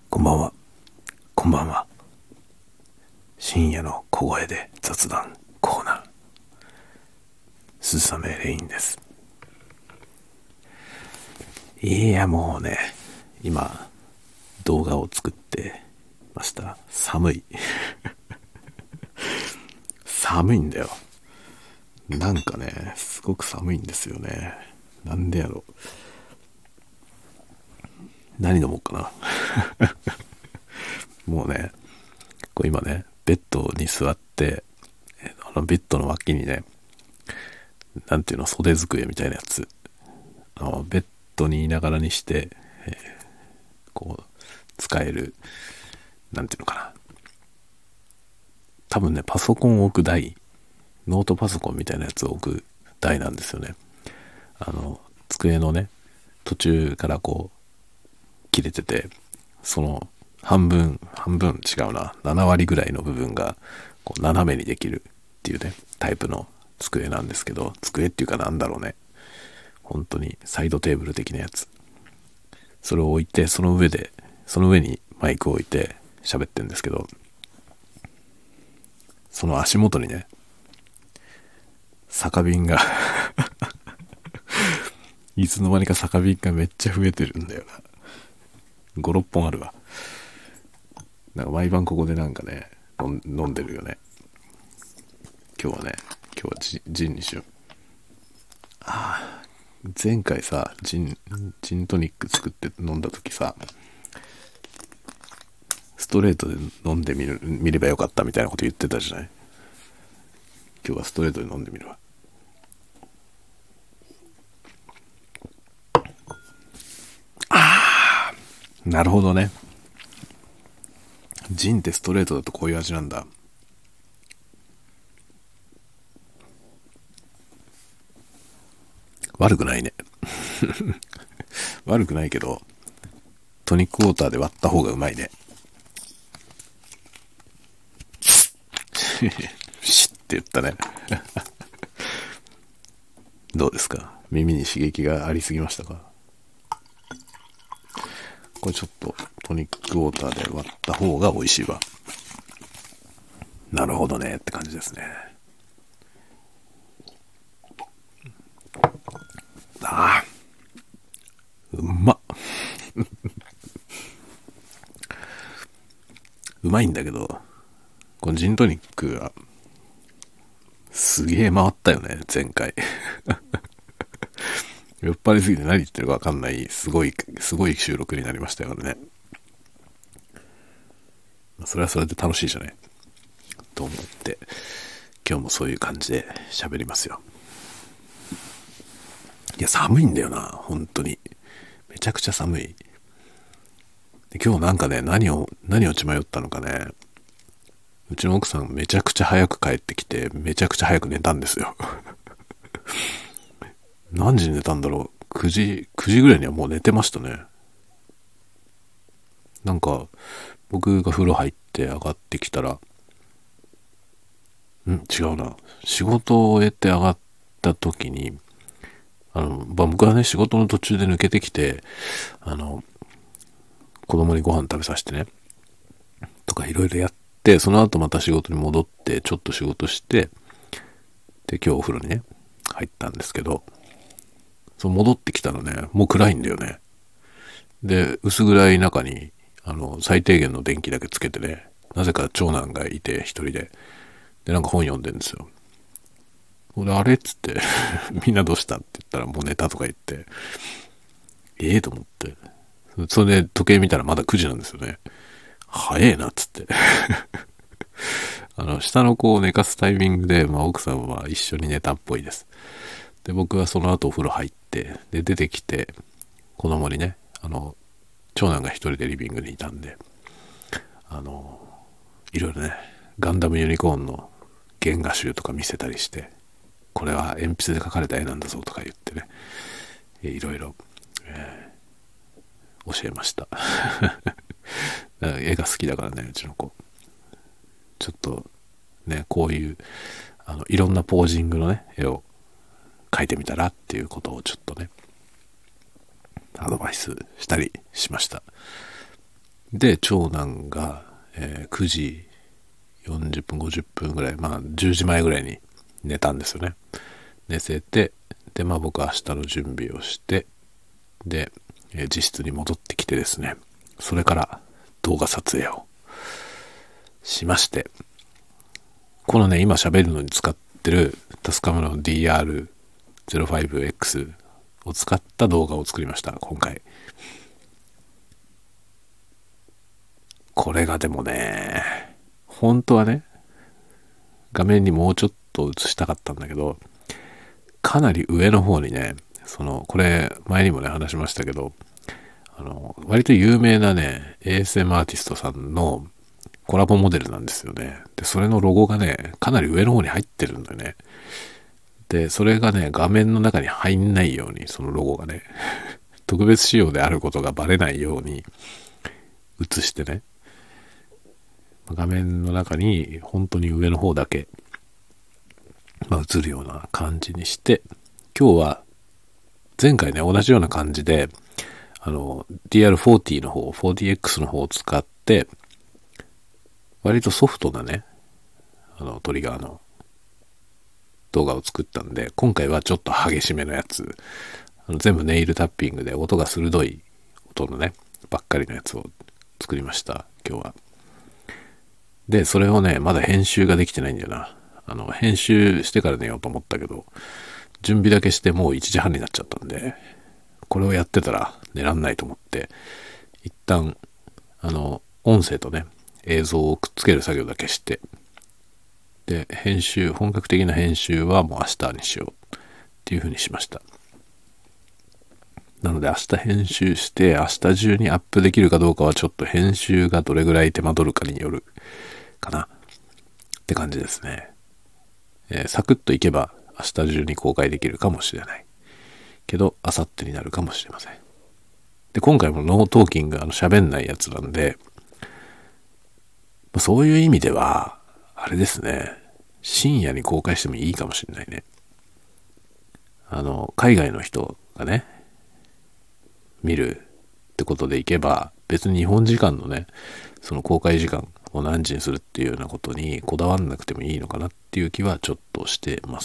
こんばんは。こんばんは。深夜の小声で雑談コーナー。鈴雨レインです。いや、もうね、今、動画を作ってました。寒い。寒いんだよ。なんかね、すごく寒いんですよね。なんでやろう。何飲もうかな。もうね、こう今ね、ベッドに座って、ベッドの脇にね、なんていうの、袖机みたいなやつ、ベッドにいながらにして、こう、使える、なんていうのかな。多分ね、パソコンを置く台、ノートパソコンみたいなやつを置く台なんですよね。机のね、途中からこう、切れてて、その半分違うな、7割ぐらいの部分が、こう、斜めにできるっていうね、タイプの机なんですけど、机っていうかなんだろうね。本当にサイドテーブル的なやつ。それを置いて、その上にマイクを置いて喋ってるんですけど、その足元にね、酒瓶がいつの間にか酒瓶がめっちゃ増えてるんだよな。5、6本あるわ。なんか毎晩ここでなんかね、飲んでるよね。今日はジンにしよう。前回さ、ジントニック作って飲んだ時さ、ストレートで飲んでみればよかったみたいなこと言ってたじゃない。今日はストレートで飲んでみるわ。なるほどね。ジンってストレートだとこういう味なんだ。悪くないね。悪くないけど、トニックウォーターで割った方がうまいね。シッって言ったね。どうですか？耳に刺激がありすぎましたか？これちょっとトニックウォーターで割った方が美味しいわ。なるほどねって感じですね。ああ、うまっ。うまいんだけど、このジントニックがすげえ回ったよね、前回。酔っ払いすぎて何言ってるか分かんない、すごい収録になりましたよね。それはそれで楽しいじゃないと思って、今日もそういう感じで喋りますよ。いや、寒いんだよな、本当に。めちゃくちゃ寒い。で今日なんかね、何を血迷ったのかね、うちの奥さんめちゃくちゃ早く帰ってきて、めちゃくちゃ早く寝たんですよ。何時に寝たんだろう。9時ぐらいにはもう寝てましたね。なんか、僕が風呂入って上がってきたら、違うな。仕事を終えて上がった時に、僕はね、仕事の途中で抜けてきて、子供にご飯食べさせてね、とかいろいろやって、その後また仕事に戻って、ちょっと仕事して、で、今日お風呂にね、入ったんですけど、そう戻ってきたらね、もう暗いんだよね。で、薄暗い中に、最低限の電気だけつけてね、なぜか長男がいて一人で、で、なんか本読んでんですよ。俺、あれっつってみんなどうしたって言ったらもう寝たとか言って、と思って。それで時計見たらまだ9時なんですよね。早えなっつって。下の子を寝かすタイミングで、奥さんは一緒に寝たっぽいです。で、僕はその後お風呂入って、で、出てきて、子供にね、長男が一人でリビングにいたんで、いろいろね、ガンダムユニコーンの原画集とか見せたりして、これは鉛筆で描かれた絵なんだぞとか言ってね、いろいろ、教えました。絵が好きだからね、うちの子。ちょっとね、こういういろんなポージングのね、絵を描いてみたらっていうことをちょっとね、アドバイスしたりしました。 で、長男が、9時40分、50分ぐらい、まあ10時前ぐらいに寝たんですよね。寝せて、で、まあ僕は明日の準備をして、で、自室に戻ってきてですね、それから動画撮影をしまして、このね、今喋るのに使ってるタスカムの DR05X を使った動画を作りました、今回。これがでもね、本当はね、画面にもうちょっと映したかったんだけど、かなり上の方にね、これ前にもね話しましたけど、割と有名なね、ASM アーティストさんのコラボモデルなんですよね。で、それのロゴがね、かなり上の方に入ってるんだよね。で、それがね、画面の中に入んないように、そのロゴがね、特別仕様であることがバレないように映してね、画面の中に本当に上の方だけ、映るような感じにして、今日は前回ね、同じような感じで、DR40 の方、40X の方を使って、割とソフトなね、トリガーの動画を作ったんで、今回はちょっと激しめのやつ、全部ネイルタッピングで音が鋭い音のね、ばっかりのやつを作りました、今日は。で、それをね、まだ編集ができてないんだよな。編集してから寝ようと思ったけど、準備だけしてもう1時半になっちゃったんで、これをやってたら寝らんないと思って、一旦、音声とね、映像をくっつける作業だけして、で、本格的な編集はもう明日にしようっていう風にしました。なので明日編集して、明日中にアップできるかどうかはちょっと編集がどれぐらい手間取るかによるかなって感じですね。サクッといけば明日中に公開できるかもしれない。けど、明後日になるかもしれません。で、今回もノートーキング、喋んないやつなんで、そういう意味では、あれですね、深夜に公開してもいいかもしれないね。海外の人がね、見るってことでいけば、別に日本時間のね、その公開時間を何時にするっていうようなことにこだわんなくてもいいのかなっていう気はちょっとしてます。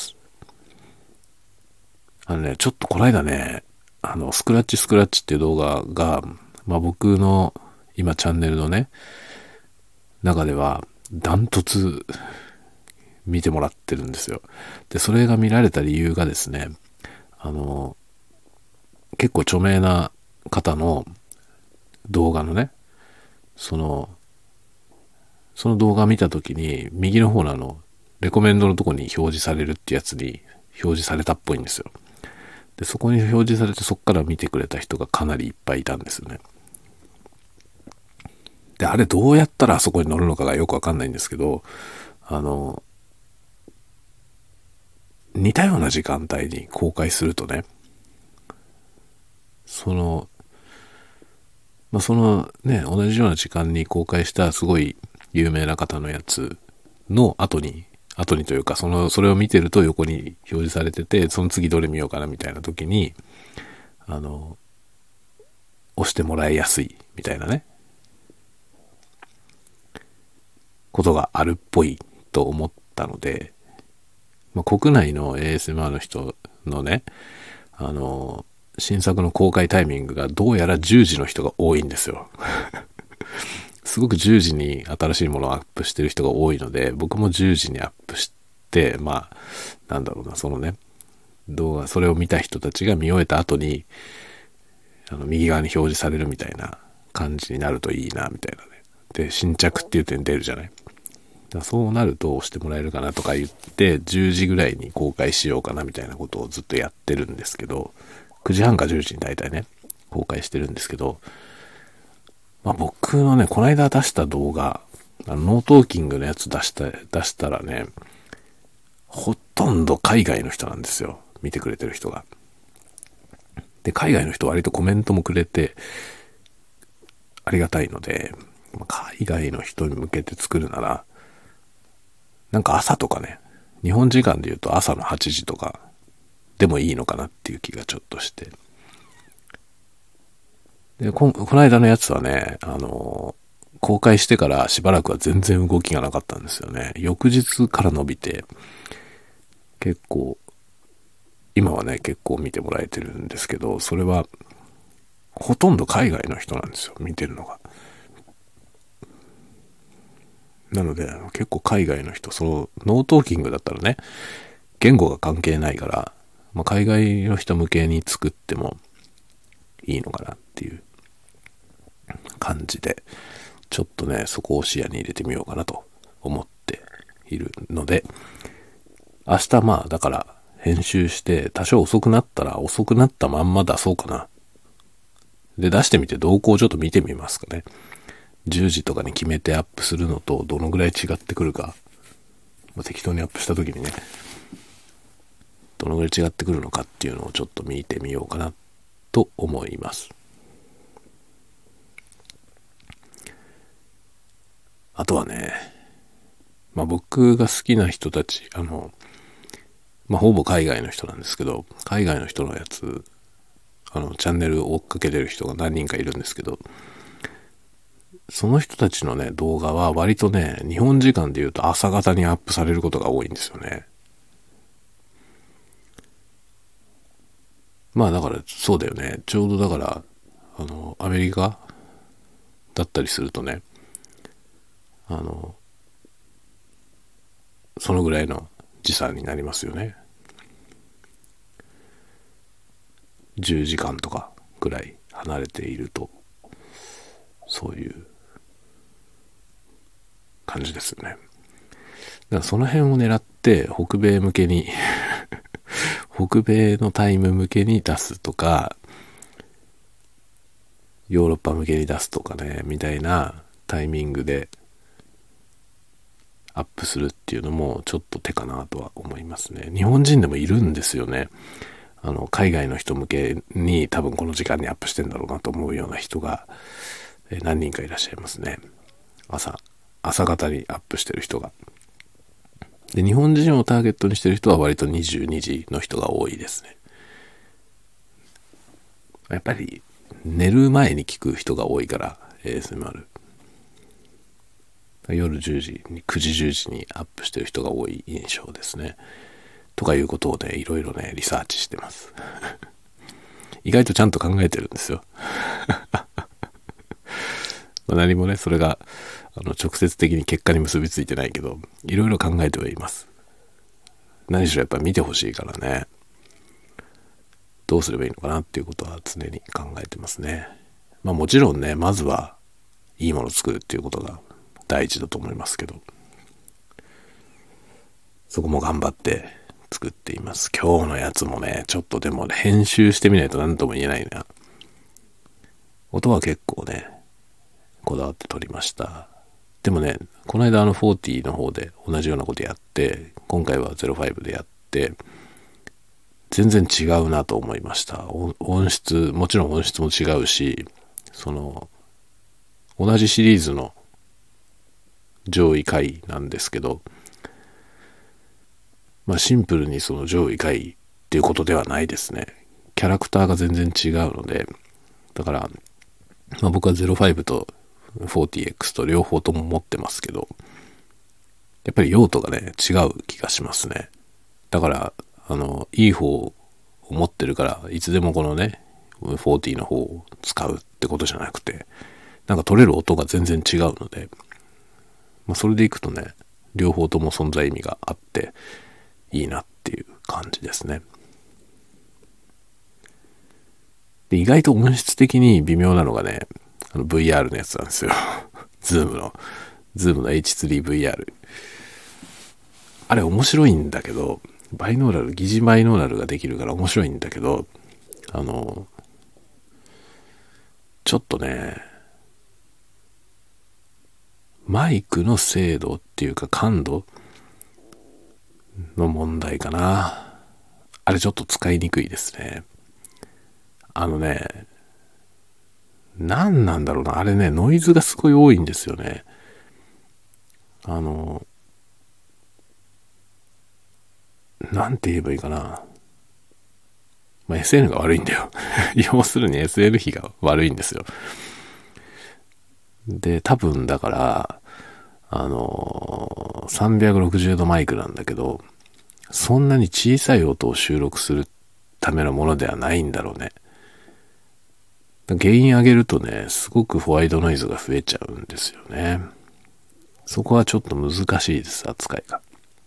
ちょっとこの間ね、スクラッチっていう動画が、僕の今チャンネルのね、中ではダントツ見てもらってるんですよ。で、それが見られた理由がですね、結構著名な方の動画のね、その動画見たときに、右の方のレコメンドのとこに表示されるってやつに表示されたっぽいんですよ。で、そこに表示されて、そこから見てくれた人がかなりいっぱいいたんですよね。で、あれどうやったらあそこに乗るのかがよくわかんないんですけど、似たような時間帯に公開するとね、同じような時間に公開したすごい有名な方のやつの後にというか、それを見てると横に表示されてて、その次どれ見ようかなみたいな時に、押してもらいやすいみたいなね、ことがあるっぽいと思ったので、国内の ASMR の人のね、新作の公開タイミングがどうやら10時の人が多いんですよ。すごく10時に新しいものをアップしてる人が多いので、僕も10時にアップして、そのね、動画、それを見た人たちが見終えた後に、右側に表示されるみたいな感じになるといいな、みたいなね。で、新着っていう点出るじゃない。そうなると押してもらえるかなとか言って、10時ぐらいに公開しようかなみたいなことをずっとやってるんですけど、9時半か10時に大体ね、公開してるんですけど、僕のね、この間出した動画、ノートーキングのやつ出したらね、ほとんど海外の人なんですよ。見てくれてる人が。で、海外の人割とコメントもくれて、ありがたいので、海外の人に向けて作るなら、なんか朝とかね、日本時間で言うと朝の8時とかでもいいのかなっていう気がちょっとして。で、この間のやつはね、 公開してからしばらくは全然動きがなかったんですよね。翌日から伸びて、結構、今はね、結構見てもらえてるんですけど、それは、ほとんど海外の人なんですよ、見てるのが。なので、結構海外の人、その、ノートーキングだったらね、言語が関係ないから、海外の人向けに作ってもいいのかなっていう感じで、ちょっとね、そこを視野に入れてみようかなと思っているので、明日だから編集して多少遅くなったら遅くなったまんま出そうかな。で、出してみて動向をちょっと見てみますかね。10時とかに決めてアップするのとどのぐらい違ってくるか、適当にアップした時にね、どのぐらい違ってくるのかっていうのをちょっと見てみようかなと思います。あとはね、僕が好きな人たち、ほぼ海外の人なんですけど、海外の人のやつ、チャンネルを追っかけてる人が何人かいるんですけど、その人たちのね、動画は割とね、日本時間で言うと朝方にアップされることが多いんですよね。だからそうだよね。ちょうどだから、アメリカだったりするとね、そのぐらいの時差になりますよね。10時間とかぐらい離れていると、そういう感じですよね。だからその辺を狙って北米向けに北米のタイム向けに出すとか、ヨーロッパ向けに出すとかね、みたいなタイミングでアップするっていうのもちょっと手かなとは思いますね。日本人でもいるんですよね。海外の人向けに多分この時間にアップしてんだろうなと思うような人が何人かいらっしゃいますね。朝方にアップしてる人が。で、日本人をターゲットにしてる人は割と22時の人が多いですね。やっぱり寝る前に聞く人が多いから ASMR。夜10時に9時10時にアップしてる人が多い印象ですね。とかいうことをね、いろいろね、リサーチしてます。意外とちゃんと考えてるんですよ。何もね、それが直接的に結果に結びついてないけど、いろいろ考えてはいます。何しろやっぱ見てほしいからね、どうすればいいのかなっていうことは常に考えてますね。もちろんね、まずはいいものを作るっていうことが第一だと思いますけど、そこも頑張って作っています。今日のやつもね、ちょっとでもね、編集してみないと何とも言えないな。音は結構ね、こだわって撮りました。でもね、この間40の方で同じようなことやって、今回は05でやって、全然違うなと思いました。音質、もちろん音質も違うし、同じシリーズの上位回なんですけど、シンプルにその上位回っていうことではないですね。キャラクターが全然違うので、だから、僕は05と 40X と両方とも持ってますけど、やっぱり用途がね、違う気がしますね。だから、いい方を持ってるから、いつでもこのね、40の方を使うってことじゃなくて、なんか取れる音が全然違うので、それでいくとね、両方とも存在意味があっていいなっていう感じですね。で、意外と音質的に微妙なのがね、VR のやつなんですよ。ズームの H3VR。あれ面白いんだけど、疑似バイノーラルができるから面白いんだけど、ちょっとね、マイクの精度っていうか感度の問題かな。あれちょっと使いにくいですね。何なんだろうな。あれね、ノイズがすごい多いんですよね。なんて言えばいいかな。SN が悪いんだよ。要するに SN 比が悪いんですよ。 で、多分だから、360度マイクなんだけど、そんなに小さい音を収録するためのものではないんだろうね。原因上げるとね、すごくホワイトノイズが増えちゃうんですよね。そこはちょっと難しいです、扱いが。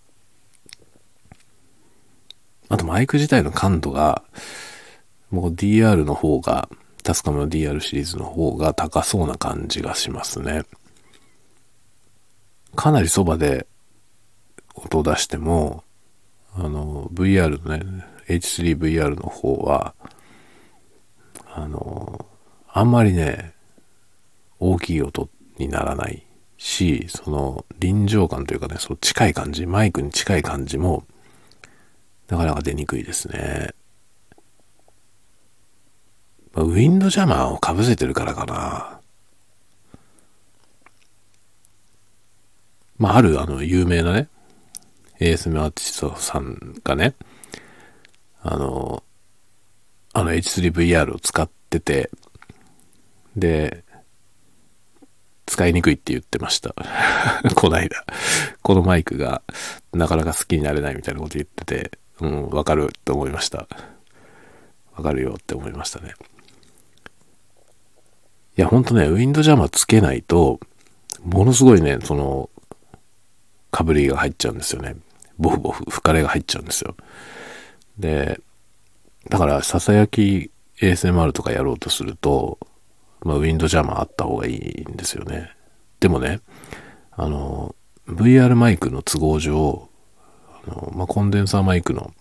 あとマイク自体の感度が、もう DR の方が、タスカムの DR シリーズの方が高そうな感じがしますね。かなりそばで音を出しても、VR のね、H3VR の方は、あんまりね、大きい音にならないし、その臨場感というかね、その近い感じ、マイクに近い感じも、なかなか出にくいですね。ウィンドジャマーを被せてるからかな。ある有名なね、ASM アーティストさんがね、H3VR を使ってて、で、使いにくいって言ってました。こないだ。このマイクがなかなか好きになれないみたいなこと言ってて、わかるって思いました。わかるよって思いましたね。いや、ほんとね、ウィンドジャマーつけないと、ものすごいね、かぶりが入っちゃうんですよね。ボフボフ、吹かれが入っちゃうんですよ。で、だから、ささやき ASMR とかやろうとすると、ウィンドジャマーあった方がいいんですよね。でもね、VR マイクの都合上、コンデンサーマイクの、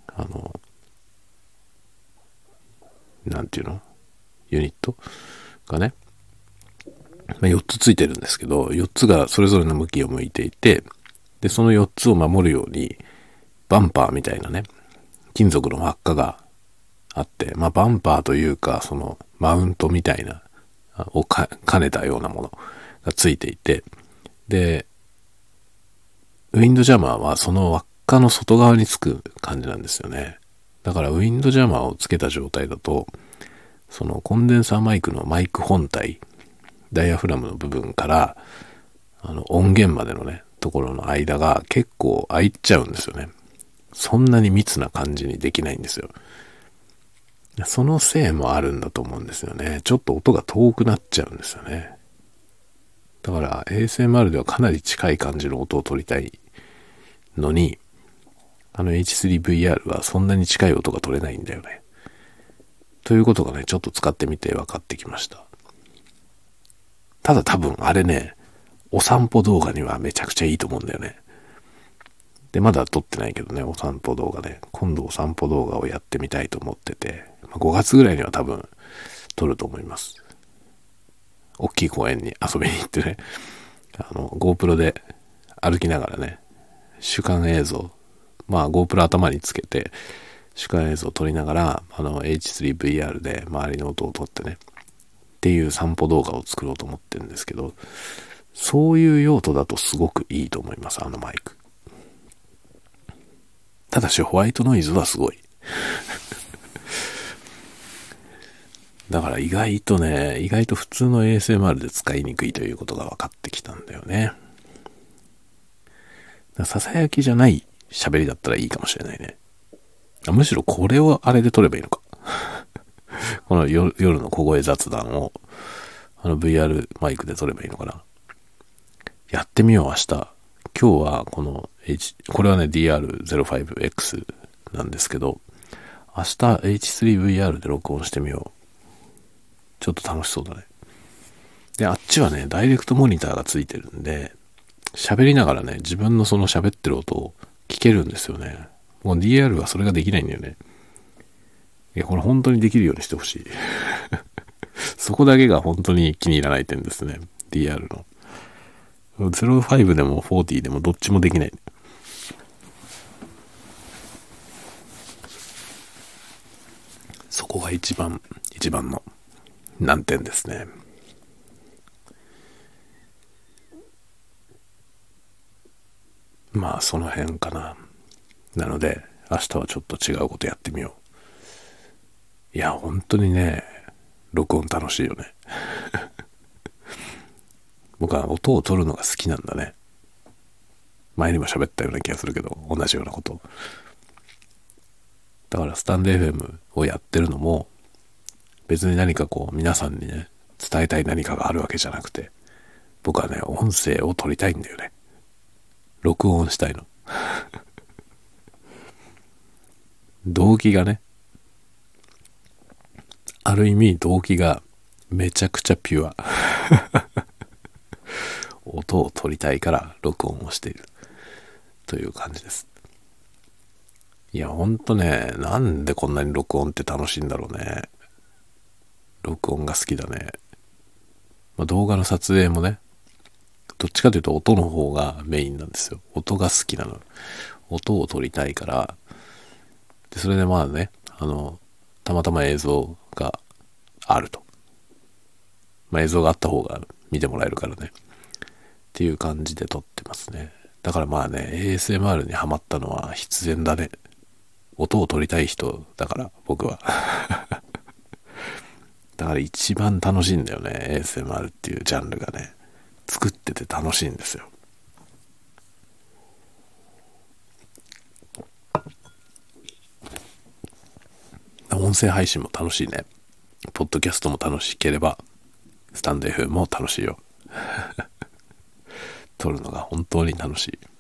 なんていうのユニットがね、4つついてるんですけど、4つがそれぞれの向きを向いていて、で、その4つを守るように、バンパーみたいなね、金属の輪っかがあって、バンパーというか、マウントみたいな、を兼ねたようなものがついていて、で、ウィンドジャマーはその輪っかの外側につく感じなんですよね。だからウィンドジャマーをつけた状態だと、そのコンデンサーマイクのマイク本体、ダイヤフラムの部分から、音源までのね、ところの間が結構空いちゃうんですよね。そんなに密な感じにできないんですよ。そのせいもあるんだと思うんですよね。ちょっと音が遠くなっちゃうんですよね。だから ASMR ではかなり近い感じの音を取りたいのに、H3VR はそんなに近い音が取れないんだよね。ということがね、ちょっと使ってみて分かってきました。ただ多分あれね、お散歩動画にはめちゃくちゃいいと思うんだよね。で、まだ撮ってないけどね、お散歩動画ね。今度お散歩動画をやってみたいと思ってて、5月ぐらいには多分撮ると思います。大きい公園に遊びに行ってね、GoPro で歩きながらね、主観映像、GoPro 頭につけて、主観映像を撮りながら、H3VR で周りの音を撮ってね、っていう散歩動画を作ろうと思ってるんですけど、そういう用途だとすごくいいと思います、あのマイク。ただしホワイトノイズはすごい。だから意外と普通の ASMR で使いにくいということが分かってきたんだよね。ささやきじゃない喋りだったらいいかもしれないね。むしろこれをあれで撮ればいいのか。この夜の小声雑談をVR マイクで撮ればいいのかな。やってみよう明日。今日はこれはね DR05X なんですけど、明日 H3VR で録音してみよう。ちょっと楽しそうだね。で、あっちはね、ダイレクトモニターがついてるんで、喋りながらね、自分のその喋ってる音を聞けるんですよね。もう DR はそれができないんだよね。いや、これ本当にできるようにしてほしい。そこだけが本当に気に入らない点ですね。DR の。05でも40でもどっちもできない。そこが一番の難点ですね。その辺かな。なので明日はちょっと違うことやってみよう。いや、本当にね、録音楽しいよね。 僕は音を取るのが好きなんだね。前にも喋ったような気がするけど、同じようなこと。だからスタンド FM をやってるのも、別に何かこう皆さんにね、伝えたい何かがあるわけじゃなくて、僕はね、音声を取りたいんだよね。録音したいの。動機がね、ある意味動機がめちゃくちゃピュア。音を取りたいから録音をしているという感じです。いやほんとね、なんでこんなに録音って楽しいんだろうね。録音が好きだね。動画の撮影もね、どっちかというと音の方がメインなんですよ。音が好きなの。音を撮りたいから。でそれでまあね、たまたま映像があると。映像があった方が見てもらえるからね。っていう感じで撮ってますね。だからまあね、ASMR にハマったのは必然だね。音を撮りたい人だから僕は。だから一番楽しいんだよね。ASMR っていうジャンルがね。作ってて楽しいんですよ。音声配信も楽しいね。ポッドキャストも楽しければスタンド FM も楽しいよ。撮るのが本当に楽しい。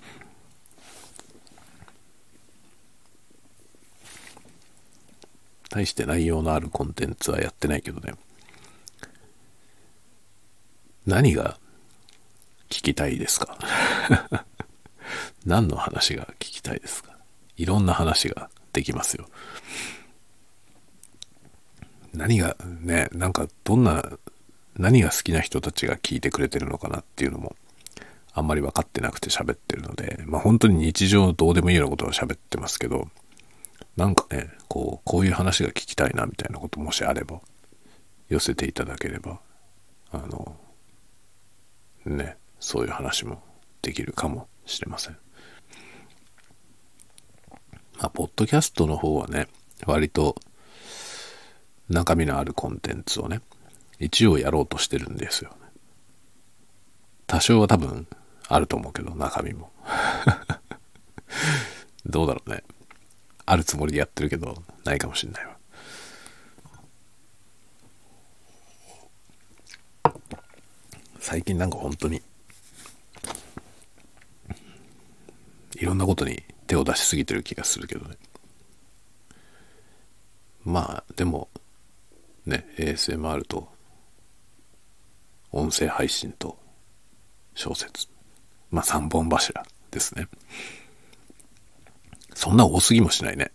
大して内容のあるコンテンツはやってないけどね。何が聞きたいですか？何の話が聞きたいですか？いろんな話ができますよ。何がね、なんか何が好きな人たちが聞いてくれてるのかなっていうのもあんまり分かってなくて喋ってるので、本当に日常どうでもいいようなことを喋ってますけど、なんかね、こういう話が聞きたいなみたいなこともしあれば寄せていただければ、ね、そういう話もできるかもしれません。ポッドキャストの方はね、割と中身のあるコンテンツをね、一応やろうとしてるんですよ。多少は多分あると思うけど、中身も。どうだろうね。あるつもりでやってるけど、ないかもしれないわ。最近なんか本当に、いろんなことに手を出しすぎてる気がするけどね。でも、ね、ASMR と、音声配信と、小説。三本柱ですね。そんな多すぎもしないね。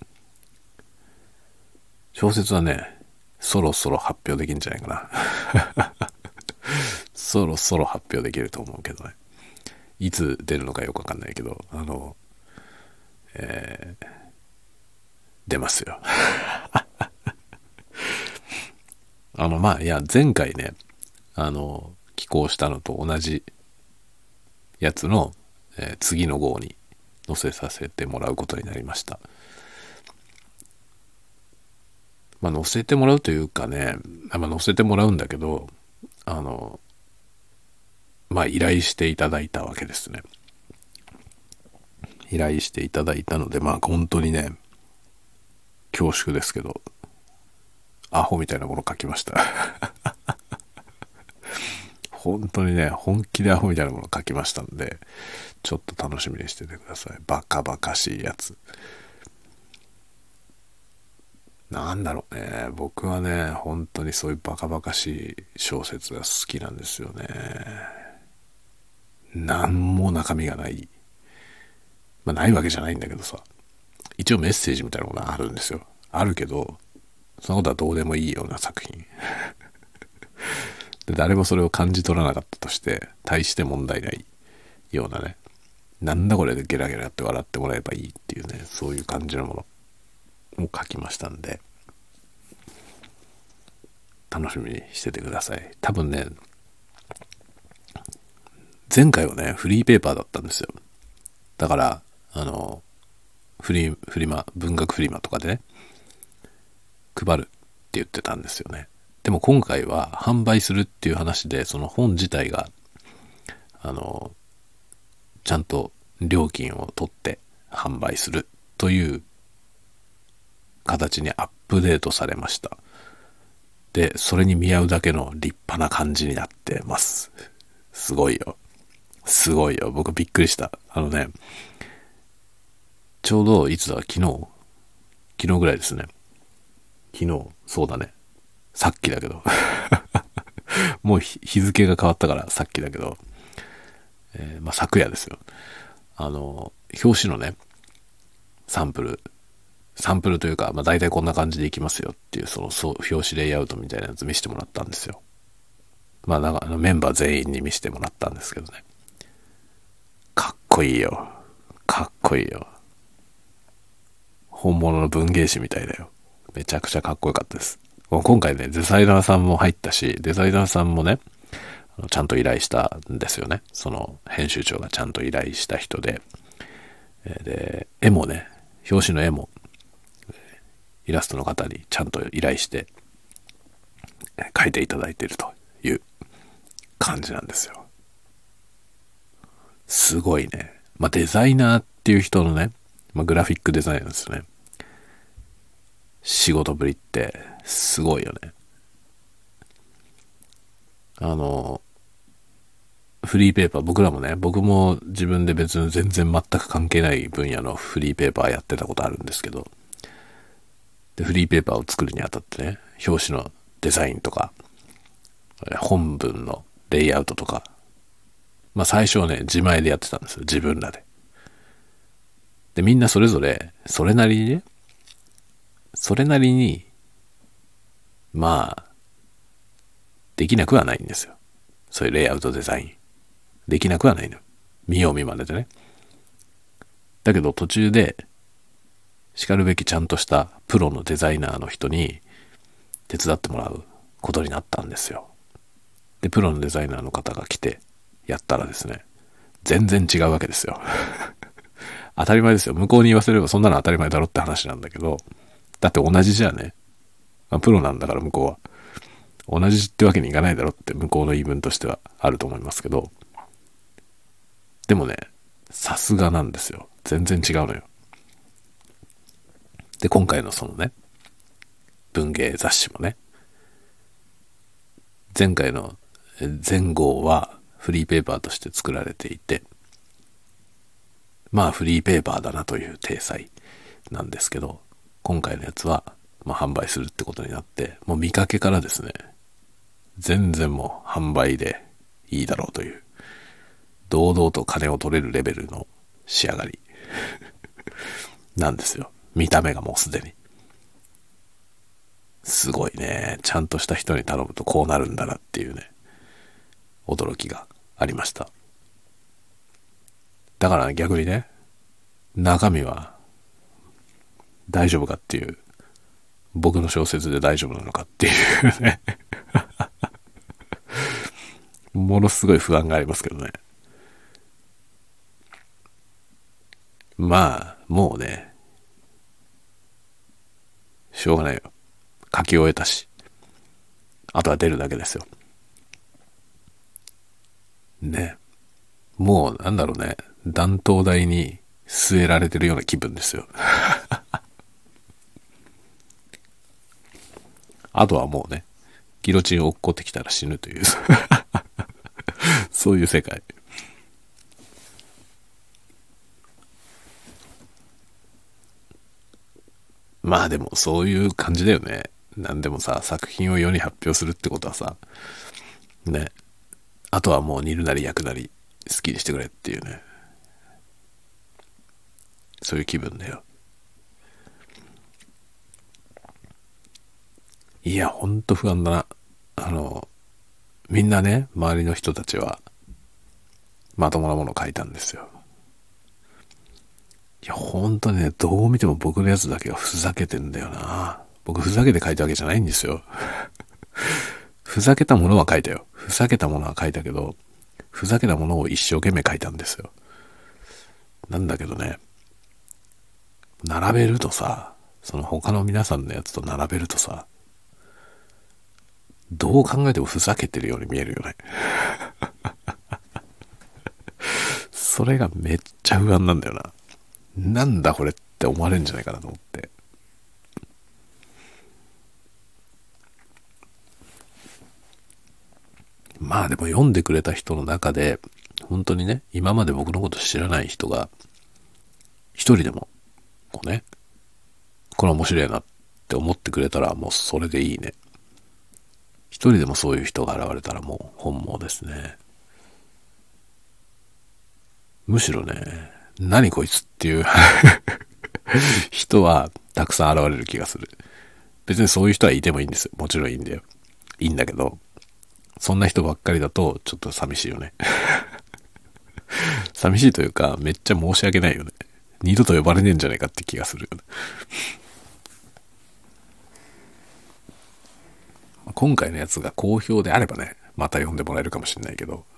小説はね、そろそろ発表できるんじゃないかな。そろそろ発表できると思うけどね。いつ出るのかよくわかんないけど、出ますよ。いや、前回ね、寄稿したのと同じやつの、次の号に載せさせてもらうことになりました。載せてもらうというかね、載せてもらうんだけど、依頼していただいたわけですね。依頼していただいたので、本当にね、恐縮ですけど、アホみたいなもの書きました。本当にね、本気でアホみたいなもの書きましたんで、ちょっと楽しみにしててください。バカバカしいやつ。なんだろうね、僕はね、本当にそういうバカバカしい小説が好きなんですよね。なんも中身がない。ないわけじゃないんだけどさ。一応メッセージみたいなものはあるんですよ。あるけど、そのことはどうでもいいような作品。で誰もそれを感じ取らなかったとして、大して問題ないようなね。なんだこれでゲラゲラやって笑ってもらえばいいっていうね、そういう感じのものを書きましたんで、楽しみにしててください。多分ね、前回はね、フリーペーパーだったんですよ。だから、フリマ、文学フリマとかでね、配るって言ってたんですよね。でも今回は販売するっていう話で、その本自体がちゃんと料金を取って販売するという形にアップデートされました。で、それに見合うだけの立派な感じになってます。すごいよ。すごいよ。僕びっくりした。ちょうどいつだ、昨日ぐらいですね。昨日、そうだね。さっきだけど。もう日付が変わったからさっきだけど、昨夜ですよ。表紙のね、サンプルというか、大体こんな感じでいきますよっていう、表紙レイアウトみたいなやつ見せてもらったんですよ。なんかメンバー全員に見せてもらったんですけどね。かっこいいよ。かっこいいよ。本物の文芸誌みたいだよ。めちゃくちゃかっこよかったです。今回ね、デザイナーさんも入ったし、デザイナーさんもね、ちゃんと依頼したんですよね。その編集長がちゃんと依頼した人で、で、絵もね、表紙の絵も、イラストの方にちゃんと依頼して描いていただいているという感じなんですよ。すごいね。デザイナーっていう人のね、グラフィックデザイナーですよね。仕事ぶりってすごいよね。フリーペーパー、僕も自分で別に全然全く関係ない分野のフリーペーパーやってたことあるんですけど、でフリーペーパーを作るにあたってね、表紙のデザインとか、本文のレイアウトとか、最初はね、自前でやってたんですよ、自分らで。で、みんなそれぞれ、それなりに、できなくはないんですよ。そういうレイアウトデザイン。できなくはないの。見よう見まねでね。だけど途中で、しかるべきちゃんとしたプロのデザイナーの人に手伝ってもらうことになったんですよ。で、プロのデザイナーの方が来てやったらですね、全然違うわけですよ。当たり前ですよ。向こうに言わせればそんなの当たり前だろって話なんだけど、だって同じじゃね。プロなんだから向こうは。同じってわけにいかないだろって向こうの言い分としてはあると思いますけど、でもね、さすがなんですよ。全然違うのよ。で、今回のそのね、文芸雑誌もね、前回の前号はフリーペーパーとして作られていて、フリーペーパーだなという体裁なんですけど、今回のやつは販売するってことになって、もう見かけからですね、全然もう販売でいいだろうという、堂々と金を取れるレベルの仕上がりなんですよ。見た目がもうすでに。すごいね。ちゃんとした人に頼むとこうなるんだなっていうね、驚きがありました。だから逆にね、中身は大丈夫かっていう、僕の小説で大丈夫なのかっていうねものすごい不安がありますけどね。もうね、しょうがないよ。書き終えたし、あとは出るだけですよ。ね。もうなんだろうね、断頭台に据えられてるような気分ですよ。あとはもうね、ギロチン落っこってきたら死ぬというそういう世界。でもそういう感じだよね。なんでもさ、作品を世に発表するってことはさ、ね、あとはもう煮るなり焼くなり好きにしてくれっていうね、そういう気分だよ。いや、ほんと不安だな。みんなね、周りの人たちはまともなものを書いたんですよ。いや、ほんとね、どう見ても僕のやつだけはふざけてんだよな。僕ふざけて書いたわけじゃないんですよ。ふざけたものは書いたよ。ふざけたものは書いたけど、ふざけたものを一生懸命書いたんですよ。なんだけどね、並べるとさ、その他の皆さんのやつと並べるとさ、どう考えてもふざけてるように見えるよね。 それがめっちゃ不安なんだよな。なんだこれって思われるんじゃないかなと思って。まあでも読んでくれた人の中で、本当にね、今まで僕のこと知らない人が、一人でも、こうね、これ面白いなって思ってくれたら、もうそれでいいね。一人でもそういう人が現れたらもう本望ですね。むしろね、何こいつっていう人はたくさん現れる気がする。別にそういう人はいてもいいんですよ。もちろんいいんだよ。いいんだけど、そんな人ばっかりだとちょっと寂しいよね。寂しいというか、めっちゃ申し訳ないよね。二度と呼ばれねえんじゃないかって気がするよね。今回のやつが好評であればね、また読んでもらえるかもしれないけど、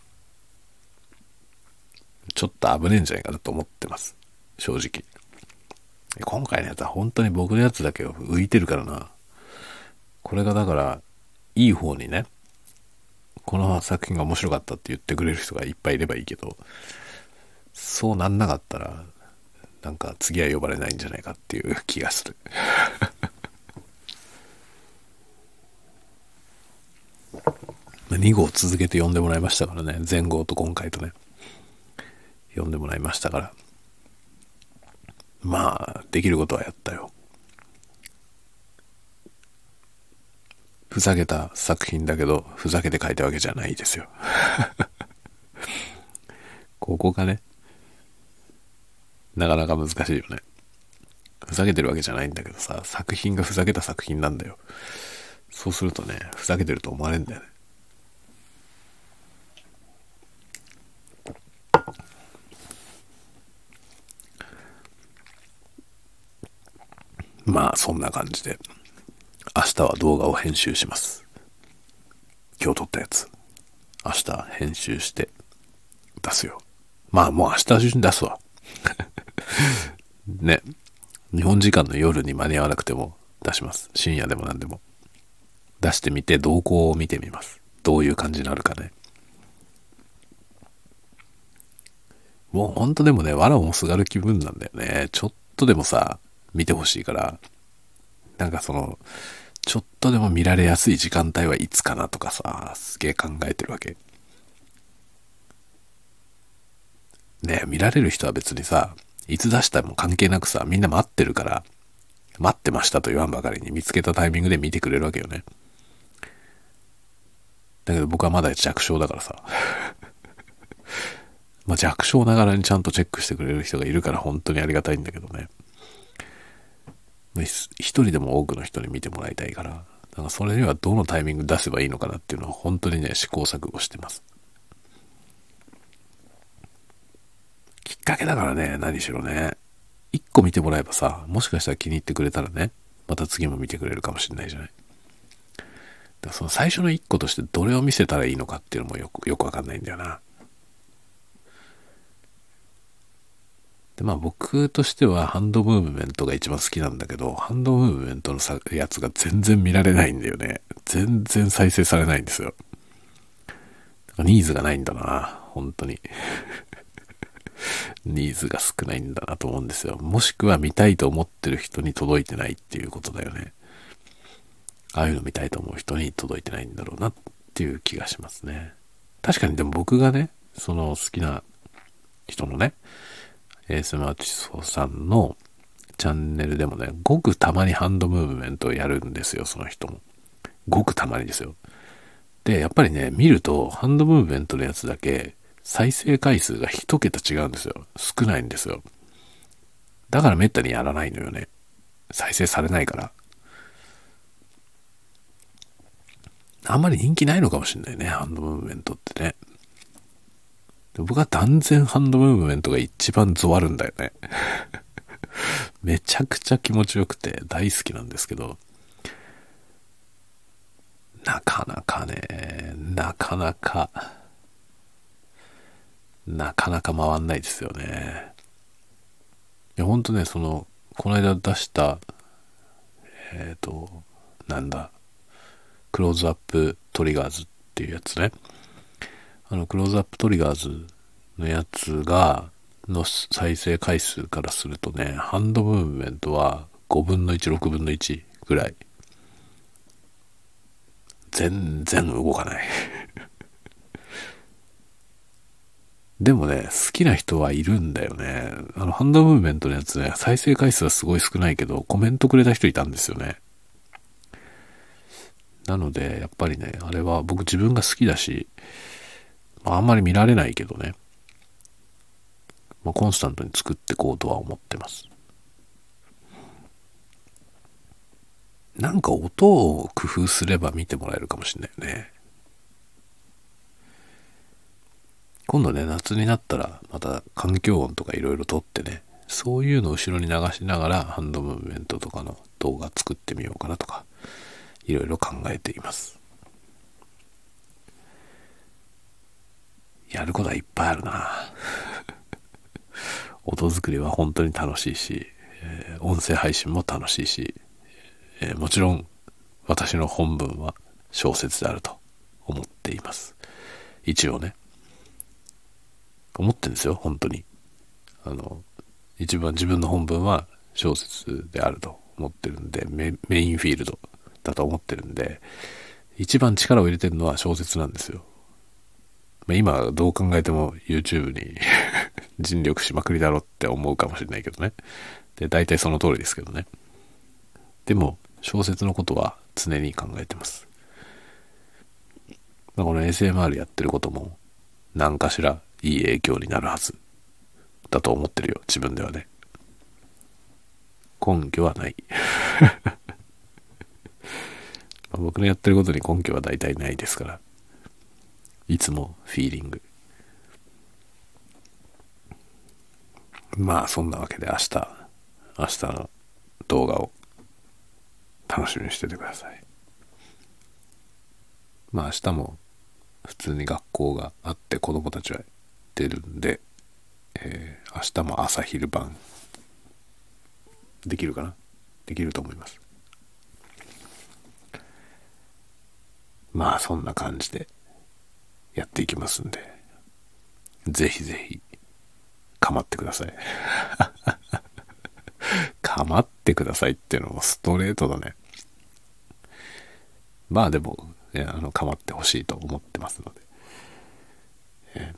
ちょっと危ねえんじゃないかなと思ってます。正直。今回のやつは本当に僕のやつだけ浮いてるからな。これがだから、いい方にね、この作品が面白かったって言ってくれる人がいっぱいいればいいけど、そうなんなかったら、なんか次は呼ばれないんじゃないかっていう気がする。2号続けて読んでもらいましたからね。前号と今回とね。読んでもらいましたから。まあ、できることはやったよ。ふざけた作品だけど、ふざけて書いたわけじゃないですよ。ここがね、なかなか難しいよね。ふざけてるわけじゃないんだけどさ、作品がふざけた作品なんだよ。そうするとね、ふざけてると思われるんだよね。まあ、そんな感じで、明日は動画を編集します。今日撮ったやつ。明日編集して出すよ。まあ、もう明日中に出すわ。ね。日本時間の夜に間に合わなくても出します。深夜でも何でも。出してみて動向を見てみます。どういう感じになるかね。もうほんとでもね、藁もすがる気分なんだよね。ちょっとでもさ、見てほしいから、なんかその、ちょっとでも見られやすい時間帯はいつかなとかさ、すげえ考えてるわけ。ね、見られる人は別にさ、いつ出したも関係なくさ、みんな待ってるから、待ってましたと言わんばかりに見つけたタイミングで見てくれるわけよね。だけど僕はまだ弱小だからさ。まあ弱小ながらにちゃんとチェックしてくれる人がいるから本当にありがたいんだけどね。一人でも多くの人に見てもらいたいから、だからそれにはどのタイミング出せばいいのかなっていうのは本当にね、試行錯誤してます。きっかけだからね、何しろね。一個見てもらえばさ、もしかしたら気に入ってくれたらね、また次も見てくれるかもしれないじゃない。だからその最初の一個としてどれを見せたらいいのかっていうのもよくわかんないんだよな。で、まあ僕としてはハンドムーブメントが一番好きなんだけど、ハンドムーブメントのやつが全然見られないんだよね。全然再生されないんですよ。ニーズがないんだな、本当に。ニーズが少ないんだなと思うんですよ。もしくは見たいと思ってる人に届いてないっていうことだよね。ああいうの見たいと思う人に届いてないんだろうなっていう気がしますね。確かにでも僕がね、その好きな人のね、スマーティストさんのチャンネルでもね、ごくたまにハンドムーブメントをやるんですよ、その人も。ごくたまにですよ。で、やっぱりね、見ると、ハンドムーブメントのやつだけ、再生回数が一桁違うんですよ。少ないんですよ。だからめったにやらないのよね。再生されないから。あんまり人気ないのかもしれないね、ハンドムーブメントってね。僕は断然ハンドムーブメントが一番ゾワるんだよね。めちゃくちゃ気持ちよくて大好きなんですけど、なかなかね、なかなか回んないですよね。いや、ほんとね、この間出した、なんだ、クローズアップトリガーズっていうやつね。クローズアップトリガーズのやつの再生回数からするとね、ハンドムーブメントは5分の1、6分の1ぐらい。全然動かない。でもね、好きな人はいるんだよね。ハンドムーブメントのやつね、再生回数はすごい少ないけど、コメントくれた人いたんですよね。なので、やっぱりね、あれは僕自分が好きだし、あんまり見られないけどね、コンスタントに作っていこうとは思ってます。なんか音を工夫すれば見てもらえるかもしれないよね。今度ね、夏になったらまた環境音とかいろいろ撮ってね、そういうのを後ろに流しながらハンドムーブメントとかの動画作ってみようかなとか、いろいろ考えています。やることはいっぱいあるな。音作りは本当に楽しいし、音声配信も楽しいし、もちろん私の本文は小説であると思っています。一応ね、思ってるんですよ、本当に。一番自分の本文は小説であると思ってるんで、メインフィールドだと思ってるんで、一番力を入れてるのは小説なんですよ。今どう考えても YouTube に尽力しまくりだろって思うかもしれないけどね。で、大体その通りですけどね。でも小説のことは常に考えてます。この ASMR やってることも何かしらいい影響になるはずだと思ってるよ、自分ではね。根拠はない。僕のやってることに根拠は大体ないですから、いつもフィーリング。まあそんなわけで明日の動画を楽しみにしててください。まあ明日も普通に学校があって子供たちは出るんで、明日も朝昼晩できるかな、できると思います。まあそんな感じでやっていきますんで、ぜひぜひ構ってください。構ってくださいっていうのもストレートだね。まあでも構ってほしいと思ってますので、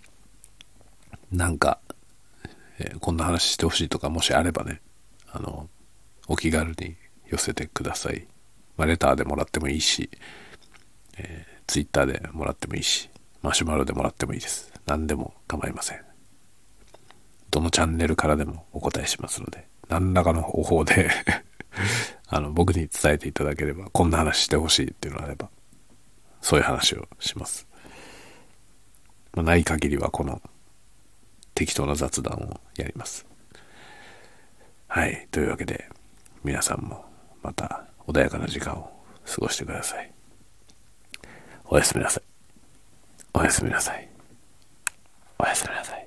なんか、こんな話してほしいとかもしあればね、お気軽に寄せてください。レターでもらってもいいし、ツイッターでもらってもいいし、マシュマロでもらってもいいです。何でも構いません。どのチャンネルからでもお答えしますので、何らかの方法で僕に伝えていただければ、こんな話してほしいっていうのがあれば、そういう話をします。ない限りはこの適当な雑談をやります。はい、というわけで皆さんもまた穏やかな時間を過ごしてください。おやすみなさい。おやすみなさい。おやすみなさい。